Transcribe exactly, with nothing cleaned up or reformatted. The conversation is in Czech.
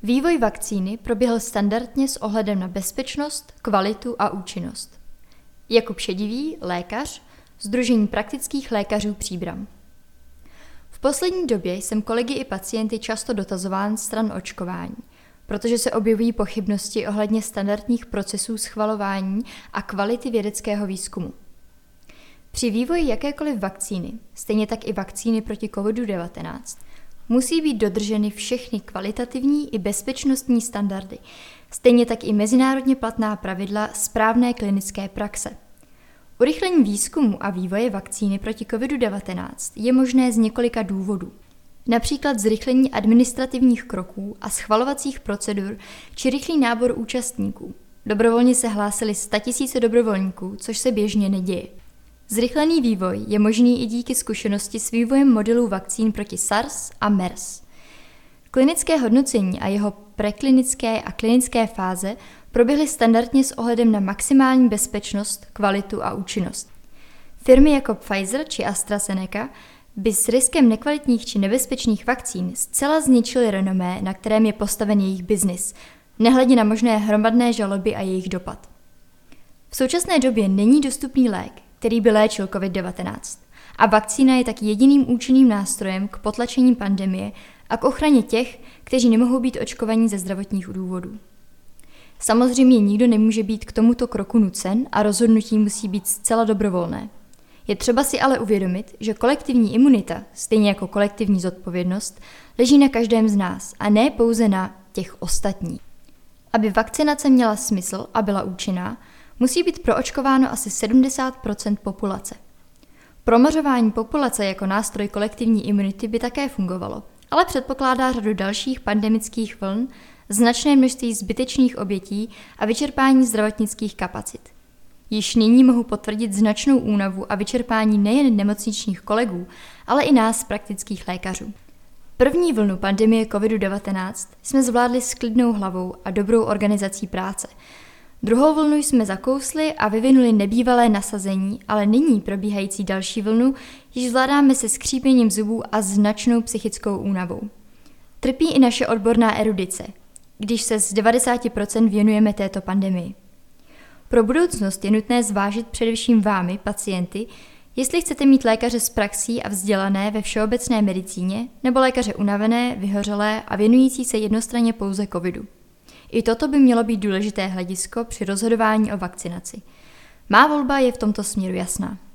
Vývoj vakcíny proběhl standardně s ohledem na bezpečnost, kvalitu a účinnost. Jakub Šedivý, lékař, Sdružení praktických lékařů Příbram. V poslední době jsem kolegy i pacienty často dotazován stran očkování, protože se objevují pochybnosti ohledně standardních procesů schvalování a kvality vědeckého výzkumu. Při vývoji jakékoliv vakcíny, stejně tak i vakcíny proti kovidu devatenáct, musí být dodrženy všechny kvalitativní i bezpečnostní standardy, stejně tak i mezinárodně platná pravidla správné klinické praxe. Urychlení výzkumu a vývoje vakcíny proti kovidu devatenáct je možné z několika důvodů. Například zrychlení administrativních kroků a schvalovacích procedur či rychlý nábor účastníků. Dobrovolně se hlásili statisíce dobrovolníků, což se běžně neděje. Zrychlený vývoj je možný i díky zkušenosti s vývojem modelů vakcín proti SARS a MERS. Klinické hodnocení a jeho preklinické a klinické fáze proběhly standardně s ohledem na maximální bezpečnost, kvalitu a účinnost. Firmy jako Pfizer či AstraZeneca by s riskem nekvalitních či nebezpečných vakcín zcela zničily renomé, na kterém je postaven jejich biznis, nehledě na možné hromadné žaloby a jejich dopad. V současné době není dostupný lék, který by léčil kovid devatenáct, a vakcína je tak jediným účinným nástrojem k potlačení pandemie a k ochraně těch, kteří nemohou být očkovaní ze zdravotních důvodů. Samozřejmě nikdo nemůže být k tomuto kroku nucen a rozhodnutí musí být zcela dobrovolné. Je třeba si ale uvědomit, že kolektivní imunita, stejně jako kolektivní zodpovědnost, leží na každém z nás a ne pouze na těch ostatních. Aby vakcinace měla smysl a byla účinná, musí být proočkováno asi sedmdesát procent populace. Promořování populace jako nástroj kolektivní imunity by také fungovalo, ale předpokládá řadu dalších pandemických vln, značné množství zbytečných obětí a vyčerpání zdravotnických kapacit. Již nyní mohu potvrdit značnou únavu a vyčerpání nejen nemocničních kolegů, ale i nás, praktických lékařů. První vlnu pandemie kovidu devatenáct jsme zvládli s klidnou hlavou a dobrou organizací práce. Druhou vlnu jsme zakousli a vyvinuli nebývalé nasazení, ale nyní probíhající další vlnu již zvládáme se skřípěním zubů a značnou psychickou únavou. Trpí i naše odborná erudice, když se z devadesát procent věnujeme této pandemii. Pro budoucnost je nutné zvážit především vámi, pacienty, jestli chcete mít lékaře s praxí a vzdělané ve všeobecné medicíně nebo lékaře unavené, vyhořelé a věnující se jednostranně pouze covidu. I toto by mělo být důležité hledisko při rozhodování o vakcinaci. Má volba je v tomto směru jasná.